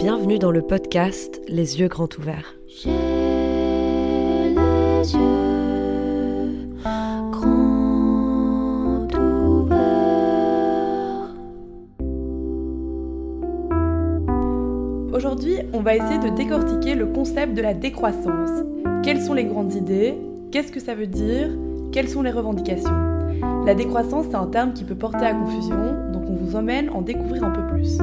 Bienvenue dans le podcast Les yeux grands ouverts. J'ai les yeux grands ouverts. Aujourd'hui, on va essayer de décortiquer le concept de la décroissance. Quelles sont les grandes idées? Qu'est-ce que ça veut dire? Quelles sont les revendications? La décroissance, c'est un terme qui peut porter à confusion, donc on vous emmène en découvrir un peu plus.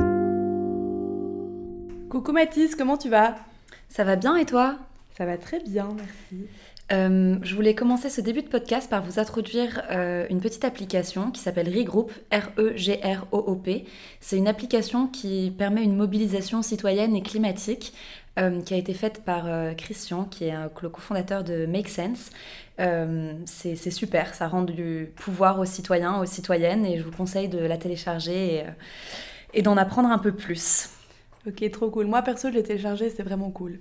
Coucou Mathis, comment tu vas? Ça va bien et toi? Ça va très bien, merci. Je voulais commencer ce début de podcast par vous introduire une petite application qui s'appelle Regroop, R-E-G-R-O-O-P. C'est une application qui permet une mobilisation citoyenne et climatique qui a été faite par Christian, qui est le cofondateur de Make Sense. C'est super, ça rend du pouvoir aux citoyens, aux citoyennes, et je vous conseille de la télécharger et d'en apprendre un peu plus. Ok, trop cool. Moi, perso, je l'ai téléchargé, c'est vraiment cool.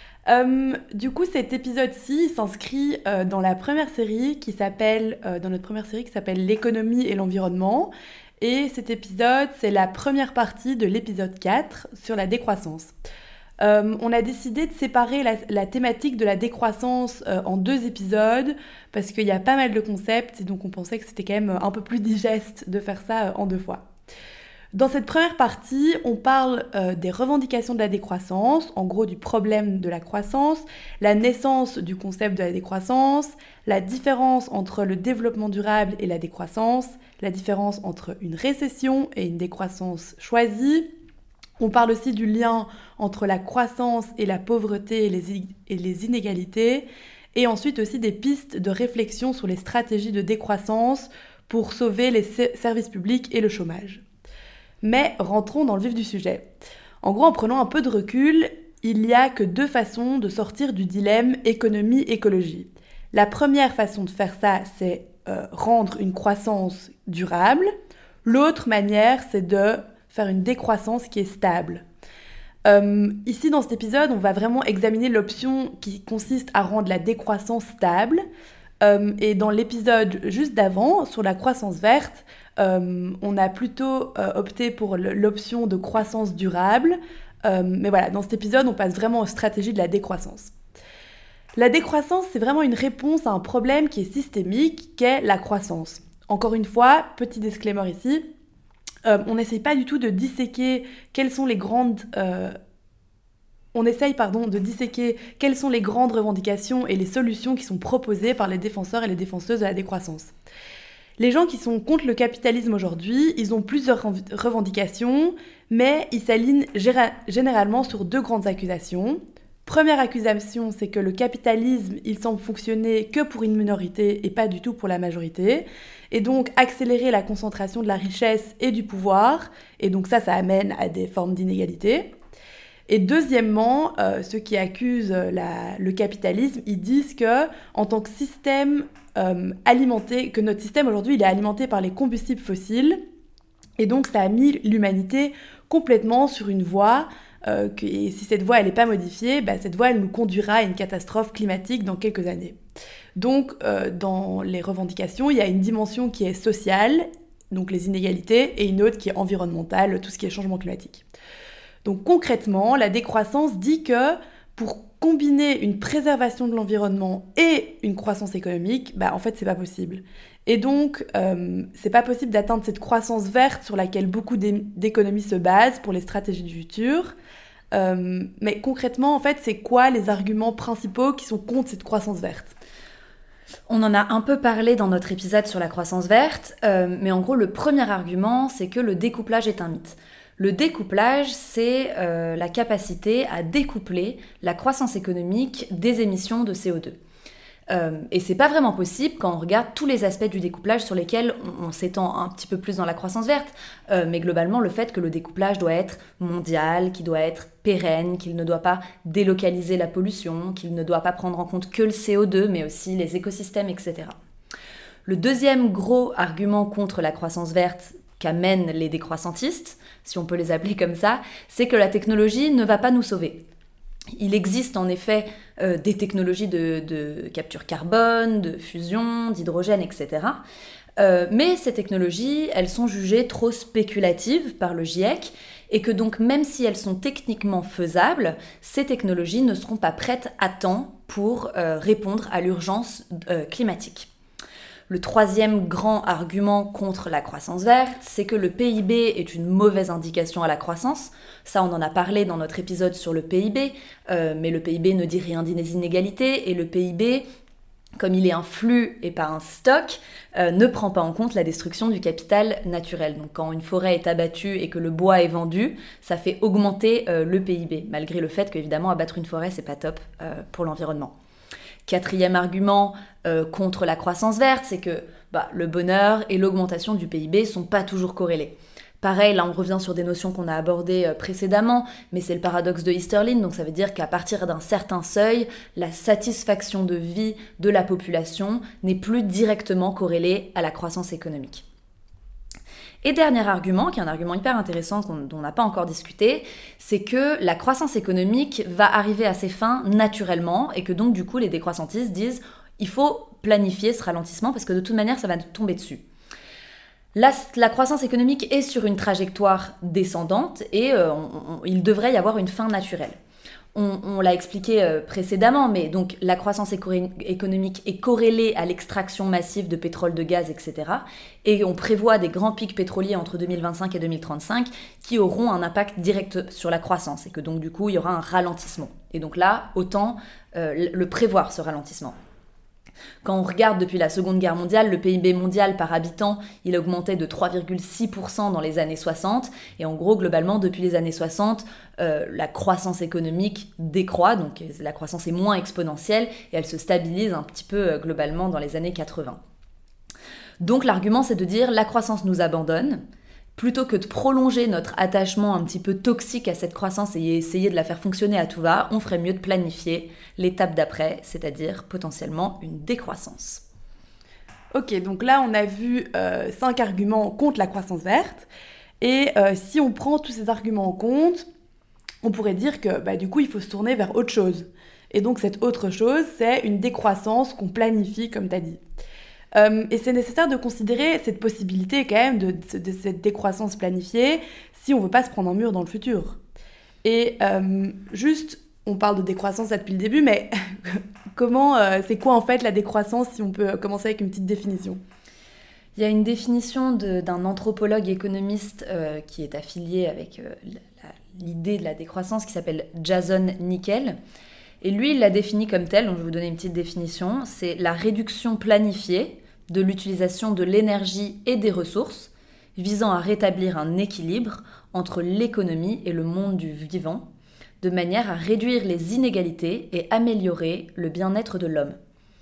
Du coup, cet épisode-ci s'inscrit dans la première série dans notre première série qui s'appelle L'économie et l'environnement. Et cet épisode, c'est la première partie de l'épisode 4 sur la décroissance. On a décidé de séparer la thématique de la décroissance en 2 épisodes parce qu'il y a pas mal de concepts et donc on pensait que c'était quand même un peu plus digeste de faire ça en 2 fois. Dans cette première partie, on parle des revendications de la décroissance, en gros du problème de la croissance, la naissance du concept de la décroissance, la différence entre le développement durable et la décroissance, la différence entre une récession et une décroissance choisie. On parle aussi du lien entre la croissance et la pauvreté et les inégalités, et ensuite aussi des pistes de réflexion sur les stratégies de décroissance pour sauver les services publics et le chômage. Mais rentrons dans le vif du sujet. En gros, en prenant un peu de recul, il n'y a que 2 façons de sortir du dilemme économie-écologie. La première façon de faire ça, c'est rendre une croissance durable. L'autre manière, c'est de faire une décroissance qui est stable. Ici, dans cet épisode, on va vraiment examiner l'option qui consiste à rendre la décroissance stable. Et dans l'épisode juste d'avant, sur la croissance verte, on a plutôt opté pour l'option de croissance durable. Mais voilà, dans cet épisode, on passe vraiment aux stratégies de la décroissance. La décroissance, c'est vraiment une réponse à un problème qui est systémique, qu'est la croissance. Encore une fois, petit disclaimer ici, on n'essaye pas du tout de disséquer quelles sont les grandes... On essaye de disséquer quelles sont les grandes revendications et les solutions qui sont proposées par les défenseurs et les défenseuses de la décroissance. Les gens qui sont contre le capitalisme aujourd'hui, ils ont plusieurs revendications, mais ils s'alignent généralement sur 2 grandes accusations. Première accusation, c'est que le capitalisme, il semble fonctionner que pour une minorité et pas du tout pour la majorité, et donc accélérer la concentration de la richesse et du pouvoir, et donc ça amène à des formes d'inégalité. Et deuxièmement, ceux qui accusent le capitalisme, ils disent que en tant que système alimenté, que notre système aujourd'hui il est alimenté par les combustibles fossiles, et donc ça a mis l'humanité complètement sur une voie, et si cette voie elle n'est pas modifiée, cette voie elle nous conduira à une catastrophe climatique dans quelques années. Donc dans les revendications, il y a une dimension qui est sociale, donc les inégalités, et une autre qui est environnementale, tout ce qui est changement climatique. Donc concrètement, la décroissance dit que pour combiner une préservation de l'environnement et une croissance économique, en fait c'est pas possible. Et donc c'est pas possible d'atteindre cette croissance verte sur laquelle beaucoup d'économies se basent pour les stratégies du futur. Mais concrètement, en fait, c'est quoi les arguments principaux qui sont contre cette croissance verte ? On en a un peu parlé dans notre épisode sur la croissance verte, mais en gros le premier argument c'est que le découplage est un mythe. Le découplage, c'est la capacité à découpler la croissance économique des émissions de CO2. Et c'est pas vraiment possible quand on regarde tous les aspects du découplage sur lesquels on s'étend un petit peu plus dans la croissance verte. Mais globalement, le fait que le découplage doit être mondial, qu'il doit être pérenne, qu'il ne doit pas délocaliser la pollution, qu'il ne doit pas prendre en compte que le CO2, mais aussi les écosystèmes, etc. Le deuxième gros argument contre la croissance verte qu'amènent les décroissantistes, si on peut les appeler comme ça, c'est que la technologie ne va pas nous sauver. Il existe en effet des technologies de capture carbone, de fusion, d'hydrogène, etc. Mais ces technologies, elles sont jugées trop spéculatives par le GIEC et que donc même si elles sont techniquement faisables, ces technologies ne seront pas prêtes à temps pour répondre à l'urgence climatique. Le troisième grand argument contre la croissance verte, c'est que le PIB est une mauvaise indication à la croissance. Ça, on en a parlé dans notre épisode sur le PIB, mais le PIB ne dit rien des inégalités, et le PIB, comme il est un flux et pas un stock, ne prend pas en compte la destruction du capital naturel. Donc quand une forêt est abattue et que le bois est vendu, ça fait augmenter le PIB, malgré le fait qu'évidemment abattre une forêt, c'est pas top pour l'environnement. Quatrième argument contre la croissance verte, c'est que le bonheur et l'augmentation du PIB sont pas toujours corrélés. Pareil, là on revient sur des notions qu'on a abordées précédemment, mais c'est le paradoxe de Easterlin, donc ça veut dire qu'à partir d'un certain seuil, la satisfaction de vie de la population n'est plus directement corrélée à la croissance économique. Et dernier argument, qui est un argument hyper intéressant dont on n'a pas encore discuté, c'est que la croissance économique va arriver à ses fins naturellement et que donc du coup les décroissantistes disent il faut planifier ce ralentissement parce que de toute manière ça va tomber dessus. La croissance économique est sur une trajectoire descendante et il devrait y avoir une fin naturelle. On l'a expliqué précédemment, mais donc la croissance économique est corrélée à l'extraction massive de pétrole, de gaz, etc. Et on prévoit des grands pics pétroliers entre 2025 et 2035 qui auront un impact direct sur la croissance et que donc du coup il y aura un ralentissement. Et donc là, autant le prévoir ce ralentissement. Quand on regarde depuis la Seconde Guerre mondiale, le PIB mondial par habitant, il a augmenté de 3,6% dans les années 60. Et en gros, globalement, depuis les années 60, la croissance économique décroît, donc la croissance est moins exponentielle et elle se stabilise un petit peu globalement dans les années 80. Donc l'argument, c'est de dire la croissance nous abandonne. Plutôt que de prolonger notre attachement un petit peu toxique à cette croissance et essayer de la faire fonctionner à tout va, on ferait mieux de planifier l'étape d'après, c'est-à-dire potentiellement une décroissance. Ok, donc là on a vu 5 arguments contre la croissance verte. Et si on prend tous ces arguments en compte, on pourrait dire que du coup il faut se tourner vers autre chose. Et donc cette autre chose, c'est une décroissance qu'on planifie, comme tu as dit. Et c'est nécessaire de considérer cette possibilité quand même de cette décroissance planifiée si on veut pas se prendre un mur dans le futur. Et juste, on parle de décroissance là depuis le début, mais c'est quoi en fait la décroissance, si on peut commencer avec une petite définition? Il y a une définition d'un anthropologue économiste qui est affilié avec l'idée de la décroissance qui s'appelle Jason Nickel. Et lui, il l'a défini comme tel, donc je vais vous donner une petite définition, c'est la réduction planifiée de l'utilisation de l'énergie et des ressources, visant à rétablir un équilibre entre l'économie et le monde du vivant, de manière à réduire les inégalités et améliorer le bien-être de l'homme.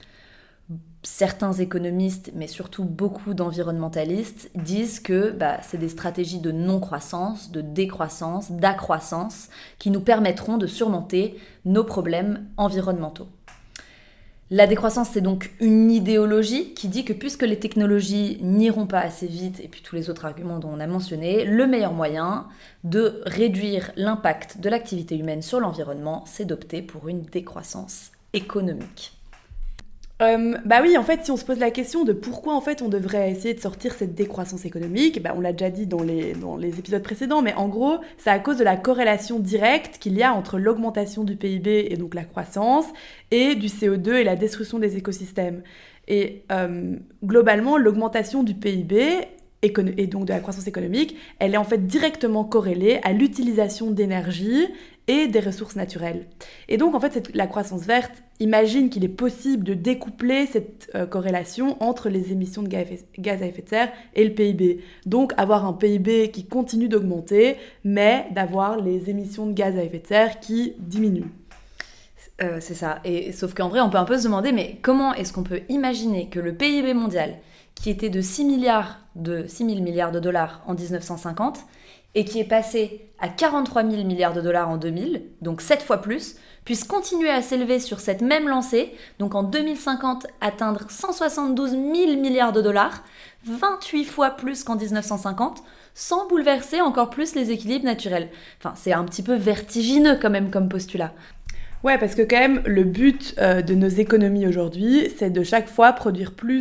Certains économistes, mais surtout beaucoup d'environnementalistes, disent que c'est des stratégies de non-croissance, de décroissance, d'accroissance, qui nous permettront de surmonter nos problèmes environnementaux. La décroissance, c'est donc une idéologie qui dit que puisque les technologies n'iront pas assez vite, et puis tous les autres arguments dont on a mentionné, le meilleur moyen de réduire l'impact de l'activité humaine sur l'environnement, c'est d'opter pour une décroissance économique. Oui, en fait, si on se pose la question de pourquoi en fait on devrait essayer de sortir cette décroissance économique, on l'a déjà dit dans les épisodes précédents, mais en gros, c'est à cause de la corrélation directe qu'il y a entre l'augmentation du PIB et donc la croissance, et du CO2 et la destruction des écosystèmes. Et globalement, l'augmentation du PIB et donc de la croissance économique, elle est en fait directement corrélée à l'utilisation d'énergie et des ressources naturelles. Et donc en fait, la croissance verte imagine qu'il est possible de découpler cette corrélation entre les émissions de gaz à effet de serre et le PIB. Donc avoir un PIB qui continue d'augmenter, mais d'avoir les émissions de gaz à effet de serre qui diminuent. C'est ça. Et sauf qu'en vrai, on peut un peu se demander, mais comment est-ce qu'on peut imaginer que le PIB mondial, qui était de 6 000 milliards de dollars en 1950, et qui est passé à 43 000 milliards de dollars en 2000, donc 7 fois plus, puisse continuer à s'élever sur cette même lancée, donc en 2050 atteindre 172 000 milliards de dollars, 28 fois plus qu'en 1950, sans bouleverser encore plus les équilibres naturels. Enfin, c'est un petit peu vertigineux quand même comme postulat. Ouais, parce que quand même, le but de nos économies aujourd'hui, c'est de chaque fois produire plus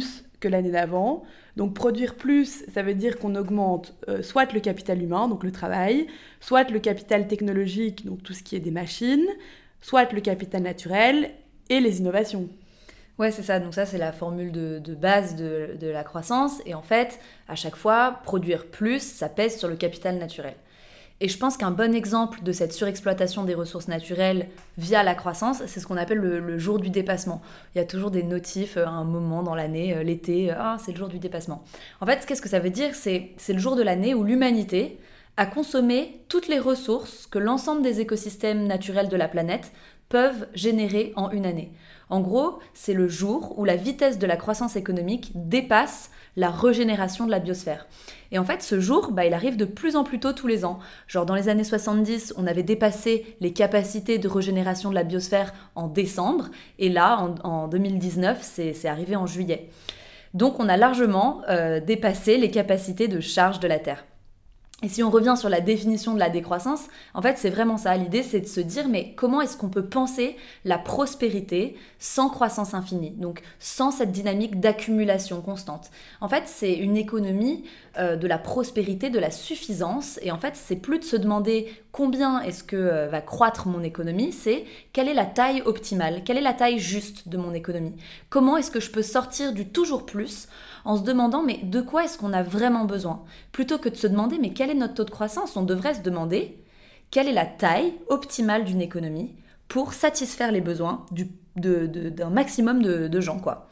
que l'année d'avant. Donc produire plus, ça veut dire qu'on augmente soit le capital humain, donc le travail, soit le capital technologique, donc tout ce qui est des machines, soit le capital naturel et les innovations. Ouais, c'est ça. Donc ça, c'est la formule de base de la croissance. Et en fait, à chaque fois, produire plus, ça pèse sur le capital naturel. Et je pense qu'un bon exemple de cette surexploitation des ressources naturelles via la croissance, c'est ce qu'on appelle le jour du dépassement. Il y a toujours des notifs à un moment dans l'année, l'été, c'est le jour du dépassement. En fait, qu'est-ce que ça veut dire ? C'est le jour de l'année où l'humanité a consommé toutes les ressources que l'ensemble des écosystèmes naturels de la planète peuvent générer en une année. En gros, c'est le jour où la vitesse de la croissance économique dépasse la régénération de la biosphère. Et en fait, ce jour, il arrive de plus en plus tôt tous les ans. Genre dans les années 70, on avait dépassé les capacités de régénération de la biosphère en décembre. Et là, en 2019, c'est arrivé en juillet. Donc on a largement dépassé les capacités de charge de la Terre. Et si on revient sur la définition de la décroissance, en fait, c'est vraiment ça. L'idée, c'est de se dire, mais comment est-ce qu'on peut penser la prospérité sans croissance infinie ? Donc, sans cette dynamique d'accumulation constante. En fait, c'est une économie de la prospérité, de la suffisance. Et en fait, c'est plus de se demander combien est-ce que va croître mon économie, c'est quelle est la taille optimale, quelle est la taille juste de mon économie. Comment est-ce que je peux sortir du toujours plus en se demandant, mais de quoi est-ce qu'on a vraiment besoin ? Plutôt que de se demander, mais quel est notre taux de croissance ? On devrait se demander, quelle est la taille optimale d'une économie pour satisfaire les besoins d'un maximum de gens, quoi.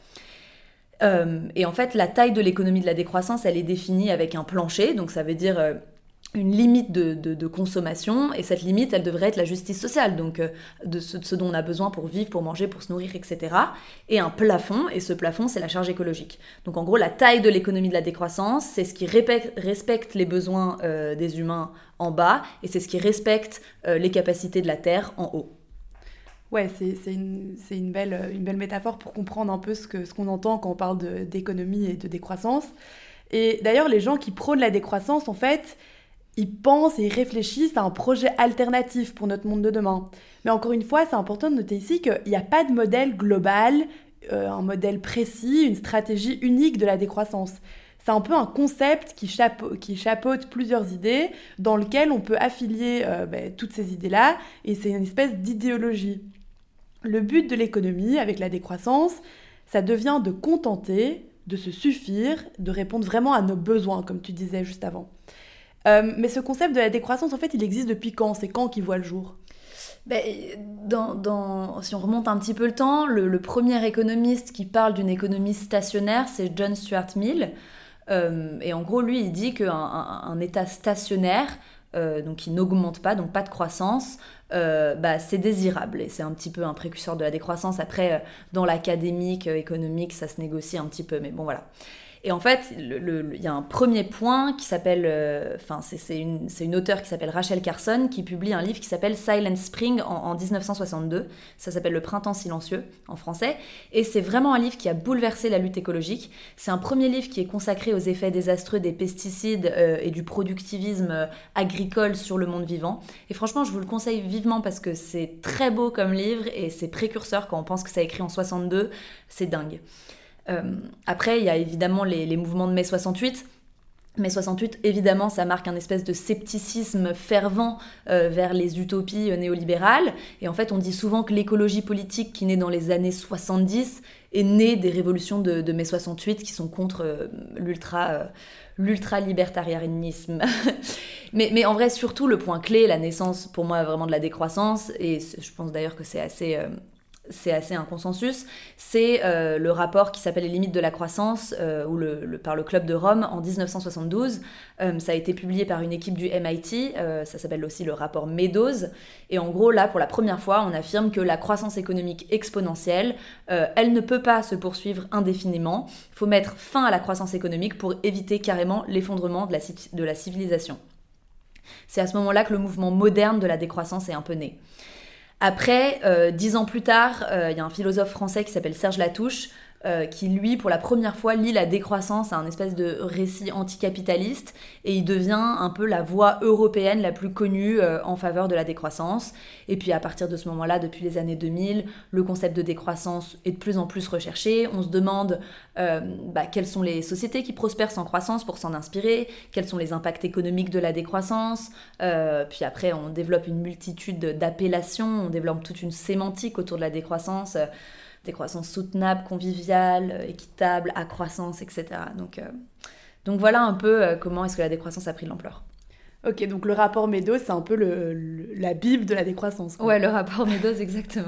Et en fait, la taille de l'économie de la décroissance, elle est définie avec un plancher, donc ça veut dire une limite de consommation, et cette limite, elle devrait être la justice sociale, donc de ce dont on a besoin pour vivre, pour manger, pour se nourrir, etc. Et un plafond, et ce plafond, c'est la charge écologique. Donc en gros, la taille de l'économie de la décroissance, c'est ce qui respecte les besoins des humains en bas, et c'est ce qui respecte les capacités de la Terre en haut. Ouais, c'est une belle métaphore pour comprendre un peu ce qu'on entend quand on parle d'économie et de décroissance. Et d'ailleurs, les gens qui prônent la décroissance, en fait, ils pensent et ils réfléchissent à un projet alternatif pour notre monde de demain. Mais encore une fois, c'est important de noter ici qu'il n'y a pas de modèle global, un modèle précis, une stratégie unique de la décroissance. C'est un peu un concept qui chapeaute plusieurs idées, dans lequel on peut affilier toutes ces idées-là, et c'est une espèce d'idéologie. Le but de l'économie, avec la décroissance, ça devient de contenter, de se suffire, de répondre vraiment à nos besoins, comme tu disais juste avant. Mais ce concept de la décroissance, en fait, il existe depuis quand ? C'est quand qu'il voit le jour ? Si on remonte un petit peu le temps, le premier économiste qui parle d'une économie stationnaire, c'est John Stuart Mill. Et en gros, lui, il dit qu'un état stationnaire, donc qui n'augmente pas, donc pas de croissance, c'est désirable. Et c'est un petit peu un précurseur de la décroissance. Après, dans l'académique économique, ça se négocie un petit peu, mais bon, voilà. Et en fait, il y a un premier point qui s'appelle... c'est une auteure qui s'appelle Rachel Carson qui publie un livre qui s'appelle Silent Spring en 1962. Ça s'appelle Le Printemps silencieux en français. Et c'est vraiment un livre qui a bouleversé la lutte écologique. C'est un premier livre qui est consacré aux effets désastreux des pesticides et du productivisme agricole sur le monde vivant. Et franchement, je vous le conseille vivement parce que c'est très beau comme livre et c'est précurseur quand on pense que ça a écrit en 62. C'est dingue. Après, il y a évidemment les mouvements de mai 68. Mai 68, évidemment, ça marque un espèce de scepticisme fervent vers les utopies néolibérales. Et en fait, on dit souvent que l'écologie politique qui naît dans les années 70 est née des révolutions de mai 68 qui sont contre l'ultra-libertarianisme. mais en vrai, surtout, le point clé, la naissance, pour moi, vraiment de la décroissance, et je pense d'ailleurs que c'est assez un consensus, c'est le rapport qui s'appelle Les limites de la croissance par le Club de Rome en 1972. Ça a été publié par une équipe du MIT, ça s'appelle aussi le rapport Meadows. Et en gros, là, pour la première fois, on affirme que la croissance économique exponentielle, elle ne peut pas se poursuivre indéfiniment. Il faut mettre fin à la croissance économique pour éviter carrément l'effondrement de la civilisation. C'est à ce moment-là que le mouvement moderne de la décroissance est un peu né. Après, 10 ans plus tard, il y a un philosophe français qui s'appelle Serge Latouche qui lui, pour la première fois, lie la décroissance à un espèce de récit anticapitaliste et il devient un peu la voix européenne la plus connue en faveur de la décroissance. Et puis à partir de ce moment-là, depuis les années 2000, le concept de décroissance est de plus en plus recherché. On se demande quelles sont les sociétés qui prospèrent sans croissance pour s'en inspirer, quels sont les impacts économiques de la décroissance. Puis après, on développe une multitude d'appellations, on développe toute une sémantique autour de la décroissance. Décroissance soutenable, conviviale, équitable, accroissance, etc. Donc voilà un peu comment est-ce que la décroissance a pris de l'ampleur. Ok, donc le rapport Meadows, c'est un peu la Bible de la décroissance, quoi. Ouais, le rapport Meadows, exactement.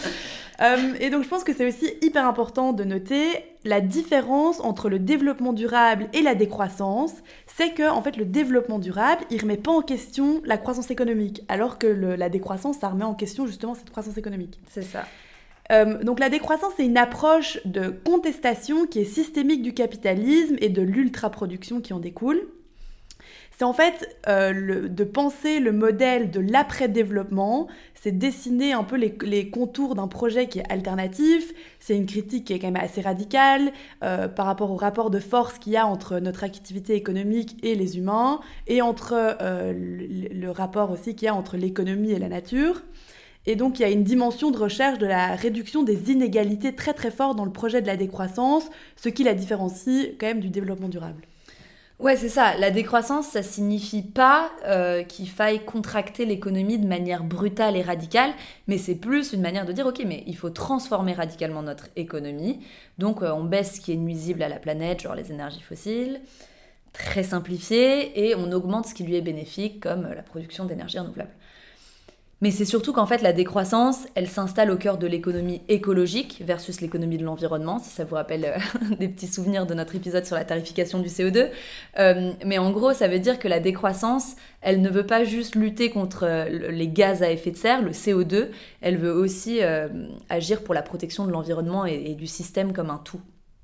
Et donc je pense que c'est aussi hyper important de noter la différence entre le développement durable et la décroissance. C'est que en fait, le développement durable, il remet pas en question la croissance économique, alors que la décroissance, ça remet en question justement cette croissance économique. C'est ça. Donc la décroissance, c'est une approche de contestation qui est systémique du capitalisme et de l'ultra-production qui en découle. C'est en fait de penser le modèle de l'après-développement, c'est dessiner un peu les contours d'un projet qui est alternatif, c'est une critique qui est quand même assez radicale par rapport au rapport de force qu'il y a entre notre activité économique et les humains, et entre le rapport aussi qu'il y a entre l'économie et la nature. Et donc, il y a une dimension de recherche de la réduction des inégalités très très forte dans le projet de la décroissance, ce qui la différencie quand même du développement durable. Ouais, c'est ça. La décroissance, ça signifie pas qu'il faille contracter l'économie de manière brutale et radicale, mais c'est plus une manière de dire, ok, mais il faut transformer radicalement notre économie. Donc, on baisse ce qui est nuisible à la planète, genre les énergies fossiles, très simplifié, et on augmente ce qui lui est bénéfique, comme la production d'énergie renouvelable. Mais c'est surtout qu'en fait, la décroissance, elle s'installe au cœur de l'économie écologique versus l'économie de l'environnement, si ça vous rappelle des petits souvenirs de notre épisode sur la tarification du CO2. Mais en gros, ça veut dire que la décroissance, elle ne veut pas juste lutter contre les gaz à effet de serre, le CO2, elle veut aussi agir pour la protection de l'environnement et du système comme un tout.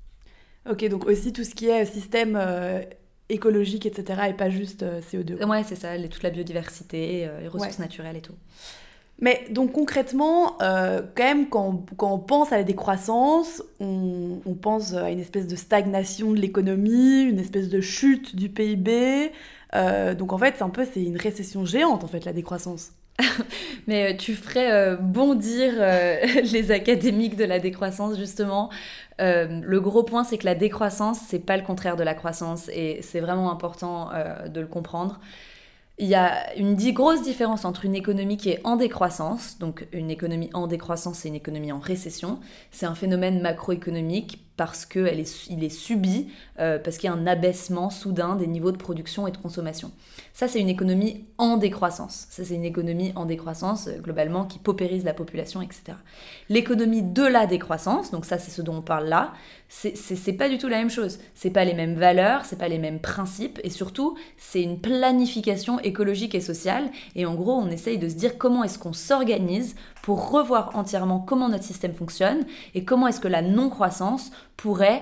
Ok, donc aussi tout ce qui est système écologique, etc., et pas juste CO2. Ouais, c'est ça, toute la biodiversité, les ressources naturelles et tout. Mais donc concrètement, quand même, quand on pense à la décroissance, on pense à une espèce de stagnation de l'économie, une espèce de chute du PIB. Donc en fait, c'est une récession géante, en fait, la décroissance. Mais tu ferais bondir les académiques de la décroissance, justement. Le gros point, c'est que la décroissance, c'est pas le contraire de la croissance, et c'est vraiment important de le comprendre. Il y a une grosse différence entre une économie qui est en décroissance, donc une économie en décroissance et une économie en récession. C'est un phénomène macroéconomique parce qu'il est subi, parce qu'il y a un abaissement soudain des niveaux de production et de consommation. Ça, c'est une économie en décroissance. Ça, c'est une économie en décroissance, globalement, qui paupérise la population, etc. L'économie de la décroissance, donc ça, c'est ce dont on parle là, c'est pas du tout la même chose. C'est pas les mêmes valeurs, c'est pas les mêmes principes, et surtout, c'est une planification écologique et sociale. Et en gros, on essaye de se dire comment est-ce qu'on s'organise pour revoir entièrement comment notre système fonctionne et comment est-ce que la non-croissance pourrait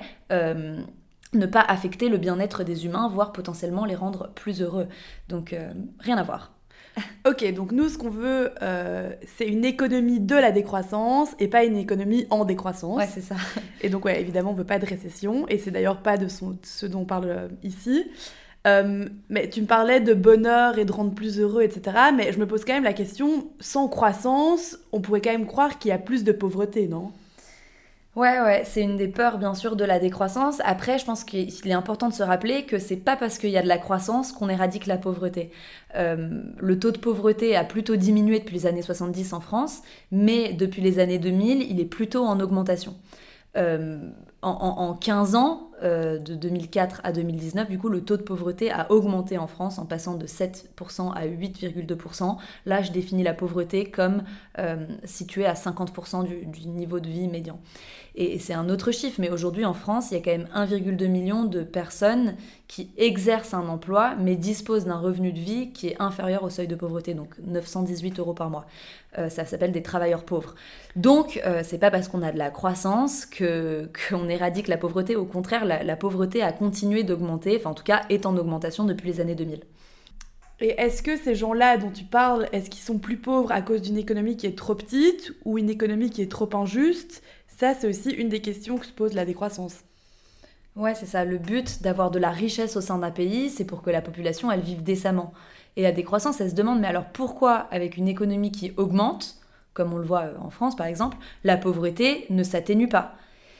ne pas affecter le bien-être des humains, voire potentiellement les rendre plus heureux. Donc, rien à voir. Ok, donc nous, ce qu'on veut, c'est une économie de la décroissance et pas une économie en décroissance. Ouais, c'est ça. Et donc, ouais, évidemment, on veut pas de récession, et c'est d'ailleurs pas de ce dont on parle ici. Mais tu me parlais de bonheur et de rendre plus heureux, etc. Mais je me pose quand même la question, sans croissance, on pourrait quand même croire qu'il y a plus de pauvreté, non ? Ouais, c'est une des peurs, bien sûr, de la décroissance. Après, je pense qu'il est important de se rappeler que c'est pas parce qu'il y a de la croissance qu'on éradique la pauvreté. Le taux de pauvreté a plutôt diminué depuis les années 70 en France, mais depuis les années 2000, il est plutôt en augmentation. En 15 ans, de 2004 à 2019, du coup, le taux de pauvreté a augmenté en France en passant de 7% à 8,2%. Là, je définis la pauvreté comme située à 50% du niveau de vie médian. Et c'est un autre chiffre, mais aujourd'hui en France, il y a quand même 1,2 million de personnes qui exercent un emploi, mais disposent d'un revenu de vie qui est inférieur au seuil de pauvreté, donc 918 € par mois. Ça s'appelle des travailleurs pauvres. Donc, c'est pas parce qu'on a de la croissance qu'on éradique la pauvreté. Au contraire, la pauvreté a continué d'augmenter, enfin en tout cas est en augmentation depuis les années 2000. Et est-ce que ces gens-là dont tu parles, est-ce qu'ils sont plus pauvres à cause d'une économie qui est trop petite ou une économie qui est trop injuste ? Ça, c'est aussi une des questions que se pose la décroissance. Ouais, c'est ça. Le but d'avoir de la richesse au sein d'un pays, c'est pour que la population, elle vive décemment. Et la décroissance, elle se demande, mais alors pourquoi, avec une économie qui augmente, comme on le voit en France par exemple, la pauvreté ne s'atténue pas?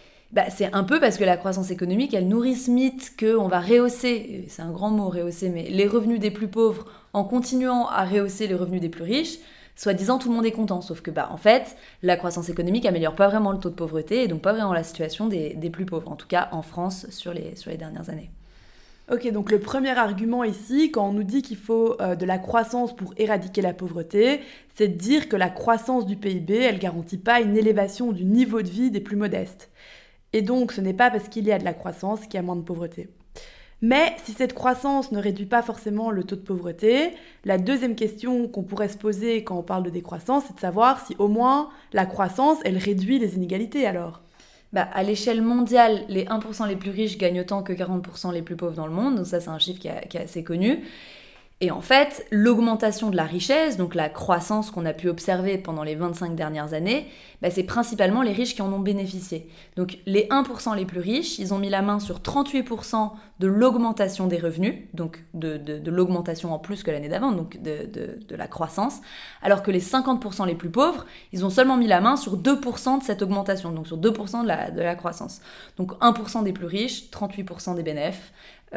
C'est un peu parce que la croissance économique, elle nourrit ce mythe qu'on va rehausser, c'est un grand mot rehausser, mais les revenus des plus pauvres en continuant à rehausser les revenus des plus riches, soi-disant tout le monde est content. Sauf que en fait, la croissance économique améliore pas vraiment le taux de pauvreté et donc pas vraiment la situation des plus pauvres, en tout cas en France sur les dernières années. Ok, donc le premier argument ici, quand on nous dit qu'il faut de la croissance pour éradiquer la pauvreté, c'est de dire que la croissance du PIB, elle garantit pas une élévation du niveau de vie des plus modestes. Et donc, ce n'est pas parce qu'il y a de la croissance qu'il y a moins de pauvreté. Mais si cette croissance ne réduit pas forcément le taux de pauvreté, la deuxième question qu'on pourrait se poser quand on parle de décroissance, c'est de savoir si au moins la croissance, elle réduit les inégalités alors. À l'échelle mondiale, les 1% les plus riches gagnent autant que 40% les plus pauvres dans le monde, donc ça c'est un chiffre qui est assez connu. Et en fait, l'augmentation de la richesse, donc la croissance qu'on a pu observer pendant les 25 dernières années, c'est principalement les riches qui en ont bénéficié. Donc les 1% les plus riches, ils ont mis la main sur 38% de l'augmentation des revenus, donc de l'augmentation en plus que l'année d'avant, donc de la croissance, alors que les 50% les plus pauvres, ils ont seulement mis la main sur 2% de cette augmentation, donc sur 2% de la croissance. Donc 1% des plus riches, 38% des bénéfices,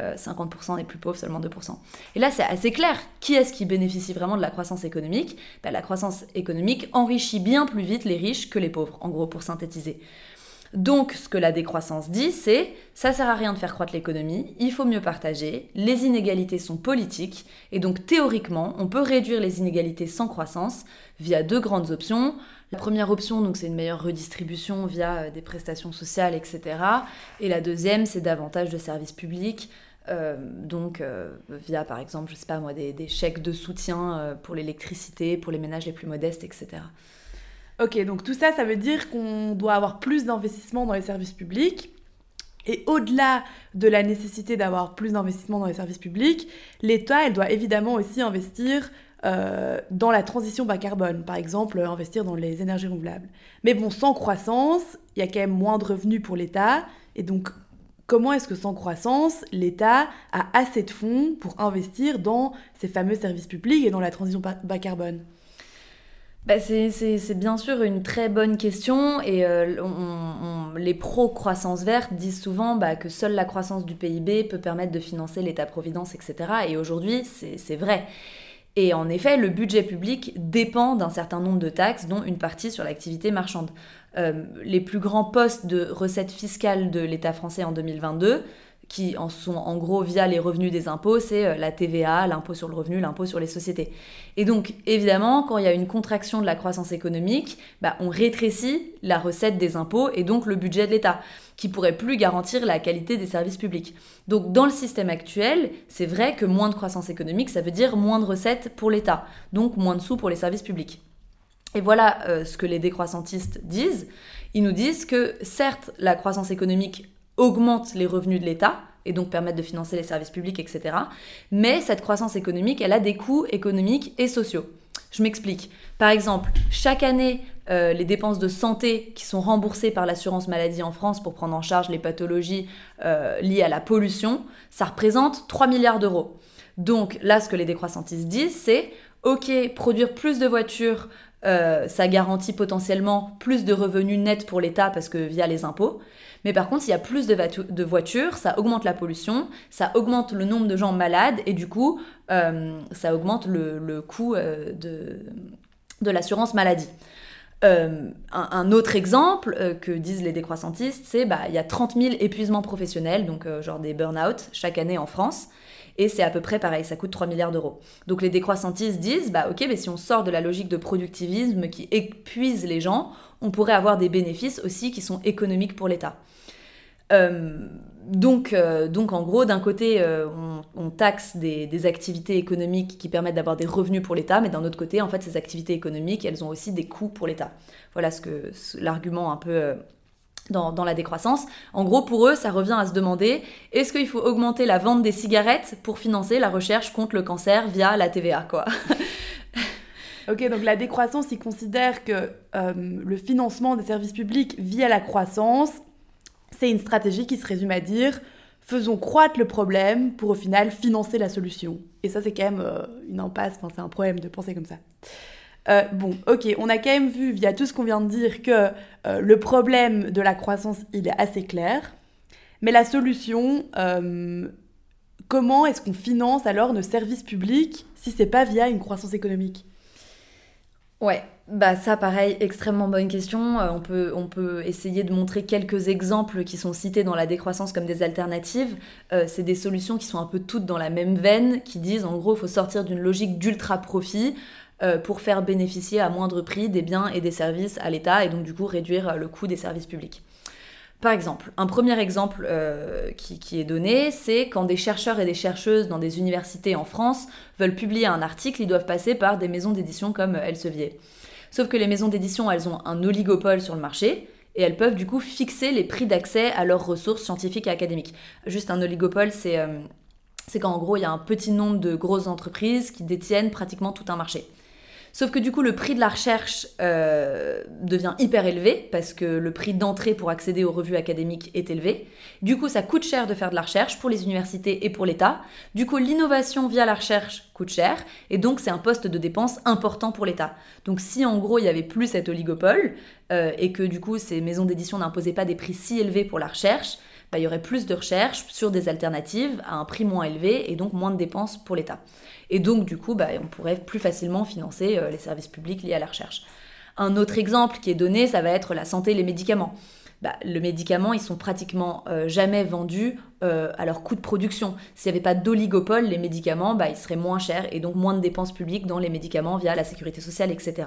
50% des plus pauvres, seulement 2%. Et là, c'est assez clair. Qui est-ce qui bénéficie vraiment de la croissance économique ? La croissance économique enrichit bien plus vite les riches que les pauvres, en gros, pour synthétiser. Donc, ce que la décroissance dit, c'est « ça sert à rien de faire croître l'économie, il faut mieux partager, les inégalités sont politiques, et donc théoriquement, on peut réduire les inégalités sans croissance via deux grandes options. La première option, donc, c'est une meilleure redistribution via des prestations sociales, etc. Et la deuxième, c'est davantage de services publics, via, par exemple, je sais pas moi, des chèques de soutien pour l'électricité, pour les ménages les plus modestes, etc. Ok, donc tout ça, ça veut dire qu'on doit avoir plus d'investissement dans les services publics. Et au-delà de la nécessité d'avoir plus d'investissement dans les services publics, l'État, elle doit évidemment aussi investir dans la transition bas carbone, par exemple investir dans les énergies renouvelables. Mais bon, sans croissance, il y a quand même moins de revenus pour l'État, et donc comment est-ce que sans croissance, l'État a assez de fonds pour investir dans ces fameux services publics et dans la transition bas carbone ? C'est bien sûr une très bonne question et les pro-croissance verte disent souvent que seule la croissance du PIB peut permettre de financer l'État-providence, etc. Et aujourd'hui, c'est vrai. Et en effet, le budget public dépend d'un certain nombre de taxes, dont une partie sur l'activité marchande. Les plus grands postes de recettes fiscales de l'État français en 2022, qui en sont en gros via les revenus des impôts, c'est la TVA, l'impôt sur le revenu, l'impôt sur les sociétés. Et donc, évidemment, quand il y a une contraction de la croissance économique, on rétrécit la recette des impôts et donc le budget de l'État, qui pourrait plus garantir la qualité des services publics. Donc, dans le système actuel, c'est vrai que moins de croissance économique, ça veut dire moins de recettes pour l'État, donc moins de sous pour les services publics. Et voilà ce que les décroissantistes disent. Ils nous disent que, certes, la croissance économique augmente les revenus de l'État et donc permettent de financer les services publics, etc. Mais cette croissance économique, elle a des coûts économiques et sociaux. Je m'explique. Par exemple, chaque année, les dépenses de santé qui sont remboursées par l'assurance maladie en France pour prendre en charge les pathologies liées à la pollution, ça représente 3 milliards d'euros. Donc là, ce que les décroissantistes disent, c'est « Ok, produire plus de voitures, ça garantit potentiellement plus de revenus nets pour l'État parce que via les impôts. Mais par contre, s'il y a plus de voitures, ça augmente la pollution, ça augmente le nombre de gens malades et du coup, ça augmente le coût de l'assurance maladie. Un autre exemple que disent les décroissantistes, c'est il y a 30 000 épuisements professionnels, donc genre des burn-out chaque année en France. Et c'est à peu près pareil, ça coûte 3 milliards d'euros. Donc les décroissantistes disent, ok, mais si on sort de la logique de productivisme qui épuise les gens, on pourrait avoir des bénéfices aussi qui sont économiques pour l'État. Donc en gros, d'un côté, on taxe des activités économiques qui permettent d'avoir des revenus pour l'État, mais d'un autre côté, en fait, ces activités économiques, elles ont aussi des coûts pour l'État. Voilà l'argument un peu dans la décroissance. En gros, pour eux, ça revient à se demander, est-ce qu'il faut augmenter la vente des cigarettes pour financer la recherche contre le cancer via la TVA, quoi ? Ok, donc la décroissance, il considère que le financement des services publics via la croissance, c'est une stratégie qui se résume à dire faisons croître le problème pour au final financer la solution. Et ça, c'est quand même une impasse, enfin, c'est un problème de penser comme ça. Bon, ok, on a quand même vu via tout ce qu'on vient de dire que le problème de la croissance, il est assez clair. Mais la solution, comment est-ce qu'on finance alors nos services publics si c'est pas via une croissance économique ? Ouais, bah ça pareil, extrêmement bonne question. On peut essayer de montrer quelques exemples qui sont cités dans la décroissance comme des alternatives. C'est des solutions qui sont un peu toutes dans la même veine, qui disent en gros il faut sortir d'une logique d'ultra-profit pour faire bénéficier à moindre prix des biens et des services à l'État et donc du coup réduire le coût des services publics. Par exemple, un premier exemple qui est donné, c'est quand des chercheurs et des chercheuses dans des universités en France veulent publier un article, ils doivent passer par des maisons d'édition comme Elsevier. Sauf que les maisons d'édition, elles ont un oligopole sur le marché et elles peuvent du coup fixer les prix d'accès à leurs ressources scientifiques et académiques. Juste un oligopole, c'est quand en gros il y a un petit nombre de grosses entreprises qui détiennent pratiquement tout un marché. Sauf que du coup, le prix de la recherche devient hyper élevé parce que le prix d'entrée pour accéder aux revues académiques est élevé. Du coup, ça coûte cher de faire de la recherche pour les universités et pour l'État. Du coup, l'innovation via la recherche coûte cher et donc c'est un poste de dépense important pour l'État. Donc si en gros, il n'y avait plus cet oligopole et que du coup, ces maisons d'édition n'imposaient pas des prix si élevés pour la recherche, bah, il y aurait plus de recherche sur des alternatives à un prix moins élevé et donc moins de dépenses pour l'État. Et donc, du coup, bah, on pourrait plus facilement financer les services publics liés à la recherche. Un autre exemple qui est donné, ça va être la santé et les médicaments. Bah, les médicaments, ils sont pratiquement jamais vendus à leur coût de production. S'il n'y avait pas d'oligopole, les médicaments, bah, ils seraient moins chers et donc moins de dépenses publiques dans les médicaments via la sécurité sociale, etc.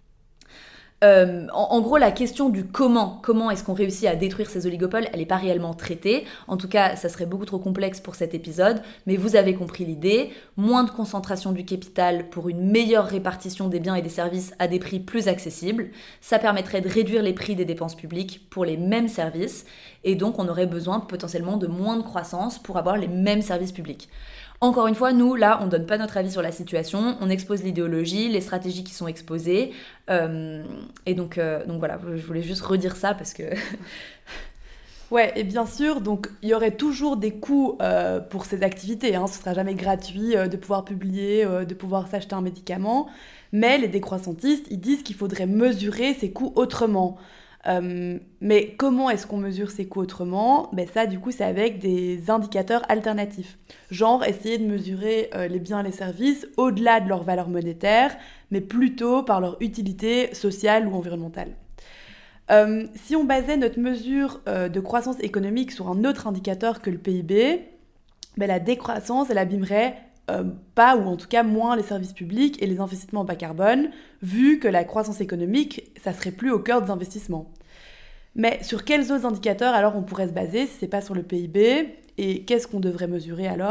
En gros, la question du comment est-ce qu'on réussit à détruire ces oligopoles, elle n'est pas réellement traitée. En tout cas, ça serait beaucoup trop complexe pour cet épisode, mais vous avez compris l'idée. Moins de concentration du capital pour une meilleure répartition des biens et des services à des prix plus accessibles. Ça permettrait de réduire les prix des dépenses publiques pour les mêmes services, et donc on aurait besoin potentiellement de moins de croissance pour avoir les mêmes services publics. Encore une fois, nous, là, on ne donne pas notre avis sur la situation, on expose l'idéologie, les stratégies qui sont exposées, et donc voilà, je voulais juste redire ça parce que... Ouais, et bien sûr, donc il y aurait toujours des coûts pour ces activités, hein, ce ne sera jamais gratuit de pouvoir publier, de pouvoir s'acheter un médicament, mais les décroissantistes, ils disent qu'il faudrait mesurer ces coûts autrement. Mais comment est-ce qu'on mesure ces coûts autrement ? Ben ça, du coup, c'est avec des indicateurs alternatifs. Genre, essayer de mesurer les biens et les services au-delà de leur valeur monétaire, mais plutôt par leur utilité sociale ou environnementale. Si on basait notre mesure de croissance économique sur un autre indicateur que le PIB, ben la décroissance, elle abîmerait pas, ou en tout cas moins, les services publics et les investissements bas carbone, vu que la croissance économique, ça serait plus au cœur des investissements. Mais sur quels autres indicateurs alors on pourrait se baser si c'est pas sur le PIB ? Et qu'est-ce qu'on devrait mesurer alors ?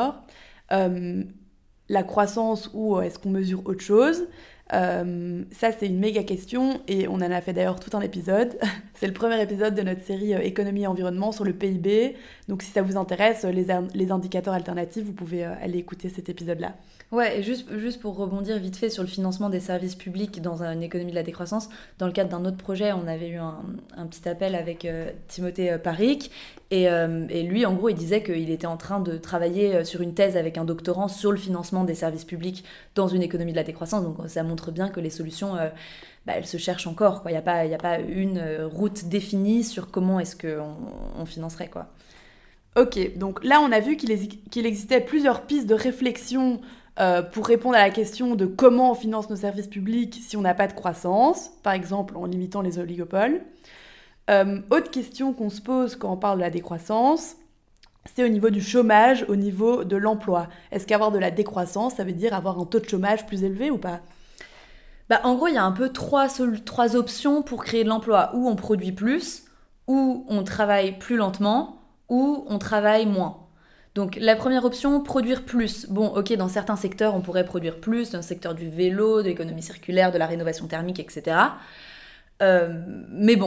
La croissance, ou est-ce qu'on mesure autre chose ? Ça, c'est une méga question et on en a fait d'ailleurs tout un épisode. C'est le premier épisode de notre série Économie et environnement sur le PIB. Donc si ça vous intéresse, les indicateurs alternatifs, vous pouvez aller écouter cet épisode-là. Ouais, et juste pour rebondir vite fait sur le financement des services publics dans une économie de la décroissance, dans le cadre d'un autre projet, on avait eu un petit appel avec Timothée Paric, et lui, en gros, il disait qu'il était en train de travailler sur une thèse avec un doctorant sur le financement des services publics dans une économie de la décroissance. Donc ça montre bien que les solutions, elles se cherchent encore, quoi. Il n'y a pas une route définie sur comment est-ce qu'on financerait, quoi. Ok, donc là, on a vu qu'il existait plusieurs pistes de réflexion pour répondre à la question de comment on finance nos services publics si on n'a pas de croissance, par exemple en limitant les oligopoles. Autre question qu'on se pose quand on parle de la décroissance, c'est au niveau du chômage, au niveau de l'emploi. Est-ce qu'avoir de la décroissance, ça veut dire avoir un taux de chômage plus élevé ou pas ? Bah, en gros, il y a un peu trois options pour créer de l'emploi. Ou on produit plus, ou on travaille plus lentement, ou on travaille moins. Donc la première option, produire plus. Bon, ok, dans certains secteurs, on pourrait produire plus, dans le secteur du vélo, de l'économie circulaire, de la rénovation thermique, etc. Mais bon,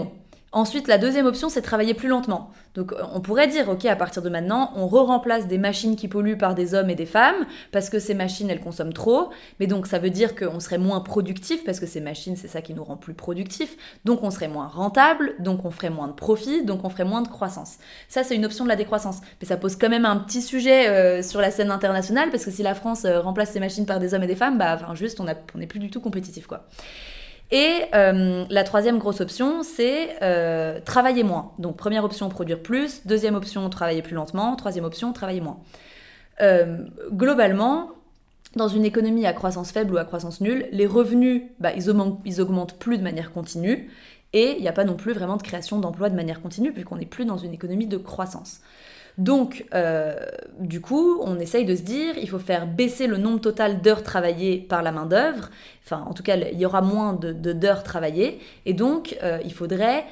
Ensuite, la deuxième option, c'est travailler plus lentement. Donc on pourrait dire, ok, à partir de maintenant, on remplace des machines qui polluent par des hommes et des femmes, parce que ces machines, elles consomment trop, mais donc ça veut dire qu'on serait moins productif, parce que ces machines, c'est ça qui nous rend plus productifs, donc on serait moins rentable, donc on ferait moins de profit, donc on ferait moins de croissance. Ça, c'est une option de la décroissance. Mais ça pose quand même un petit sujet sur la scène internationale, parce que si la France remplace ces machines par des hommes et des femmes, juste, on n'est plus du tout compétitif, quoi. Et la troisième grosse option, c'est travailler moins. Donc première option, produire plus. Deuxième option, travailler plus lentement. Troisième option, travailler moins. Globalement, dans une économie à croissance faible ou à croissance nulle, les revenus, ils augmentent plus de manière continue. Et il n'y a pas non plus vraiment de création d'emplois de manière continue, puisqu'on n'est plus dans une économie de croissance. Donc, du coup, on essaye de se dire, il faut faire baisser le nombre total d'heures travaillées par la main-d'œuvre. Enfin, en tout cas, il y aura moins d'heures travaillées. Et donc, il faudrait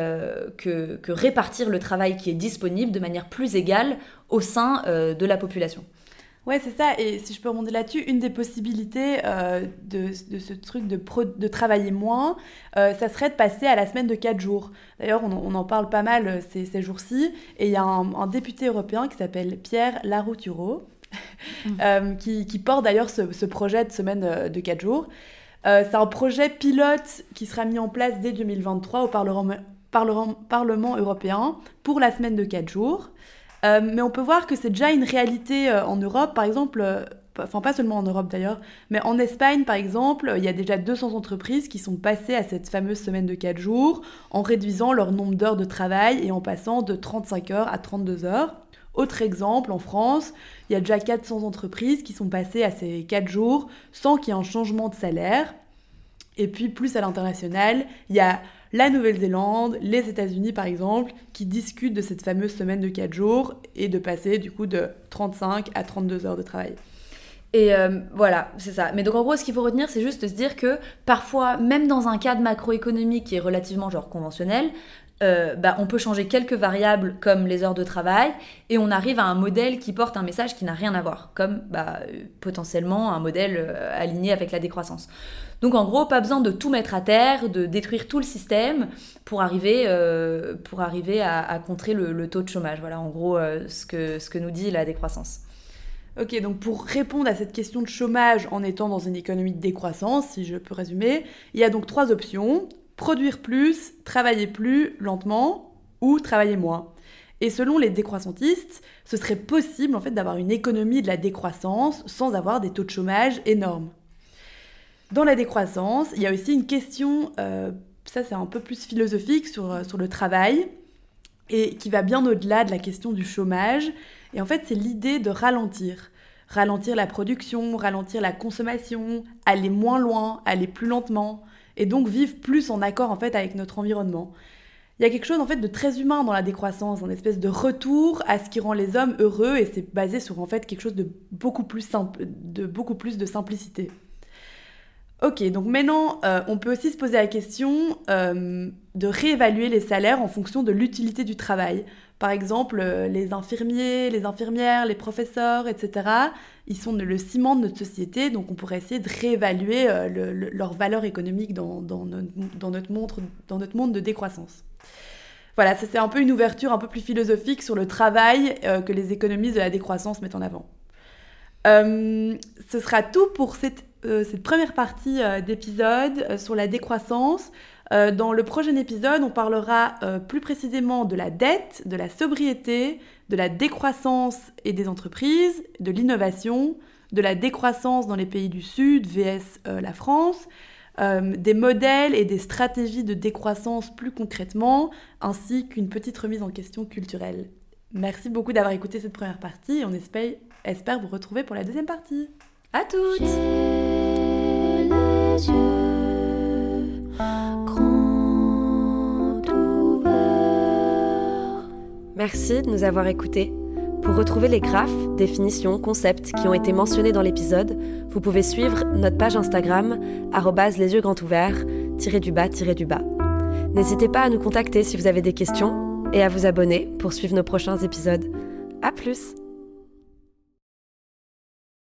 que répartir le travail qui est disponible de manière plus égale au sein de la population. Ouais, c'est ça. Et si je peux remonter là-dessus, une des possibilités de ce truc de travailler moins, ça serait de passer à la semaine de 4 jours. D'ailleurs, on en parle pas mal ces jours-ci. Et il y a un député européen qui s'appelle Pierre Larrouturou, qui porte d'ailleurs ce projet de semaine de 4 jours. C'est un projet pilote qui sera mis en place dès 2023 au Parlement européen pour la semaine de 4 jours. Mais on peut voir que c'est déjà une réalité en Europe, par exemple, enfin pas seulement en Europe d'ailleurs, mais en Espagne par exemple, il y a déjà 200 entreprises qui sont passées à cette fameuse semaine de 4 jours en réduisant leur nombre d'heures de travail et en passant de 35 heures à 32 heures. Autre exemple, en France, il y a déjà 400 entreprises qui sont passées à ces 4 jours sans qu'il y ait un changement de salaire. Et puis plus à l'international, il y a la Nouvelle-Zélande, les États-Unis par exemple, qui discutent de cette fameuse semaine de 4 jours et de passer du coup de 35 à 32 heures de travail. Et voilà, c'est ça. Mais donc en gros, ce qu'il faut retenir, c'est juste de se dire que parfois, même dans un cadre macroéconomique qui est relativement conventionnel, on peut changer quelques variables comme les heures de travail et on arrive à un modèle qui porte un message qui n'a rien à voir, comme potentiellement un modèle aligné avec la décroissance. Donc en gros, pas besoin de tout mettre à terre, de détruire tout le système pour arriver à contrer le taux de chômage. Voilà en gros ce que nous dit la décroissance. Ok, donc pour répondre à cette question de chômage en étant dans une économie de décroissance, si je peux résumer, il y a donc 3 options. Produire plus, travailler plus lentement ou travailler moins. Et selon les décroissantistes, ce serait possible en fait d'avoir une économie de la décroissance sans avoir des taux de chômage énormes. Dans la décroissance, il y a aussi une question, ça c'est un peu plus philosophique sur le travail, et qui va bien au-delà de la question du chômage. Et en fait, c'est l'idée de ralentir. Ralentir la production, ralentir la consommation, aller moins loin, aller plus lentement, et donc vivre plus en accord en fait avec notre environnement. Il y a quelque chose en fait de très humain dans la décroissance, une espèce de retour à ce qui rend les hommes heureux, et c'est basé sur en fait quelque chose de beaucoup plus de simplicité. Ok, donc maintenant, on peut aussi se poser la question de réévaluer les salaires en fonction de l'utilité du travail. Par exemple, les infirmiers, les infirmières, les professeurs, etc., ils sont le ciment de notre société, donc on pourrait essayer de réévaluer leur valeur économique dans notre monde de décroissance. Voilà, ça c'est un peu une ouverture un peu plus philosophique sur le travail que les économistes de la décroissance mettent en avant. Ce sera tout pour cette première partie d'épisode sur la décroissance. Dans le prochain épisode, on parlera plus précisément de la dette, de la sobriété, de la décroissance et des entreprises, de l'innovation, de la décroissance dans les pays du Sud, vs la France, des modèles et des stratégies de décroissance plus concrètement, ainsi qu'une petite remise en question culturelle. Merci beaucoup d'avoir écouté cette première partie et on espère vous retrouver pour la deuxième partie. À toutes! J'ai les yeux grands ouverts. Merci de nous avoir écoutés. Pour retrouver les graphes, définitions, concepts qui ont été mentionnés dans l'épisode, vous pouvez suivre notre page Instagram @lesyeuxgrandsouverts__. N'hésitez pas à nous contacter si vous avez des questions et à vous abonner pour suivre nos prochains épisodes. À plus!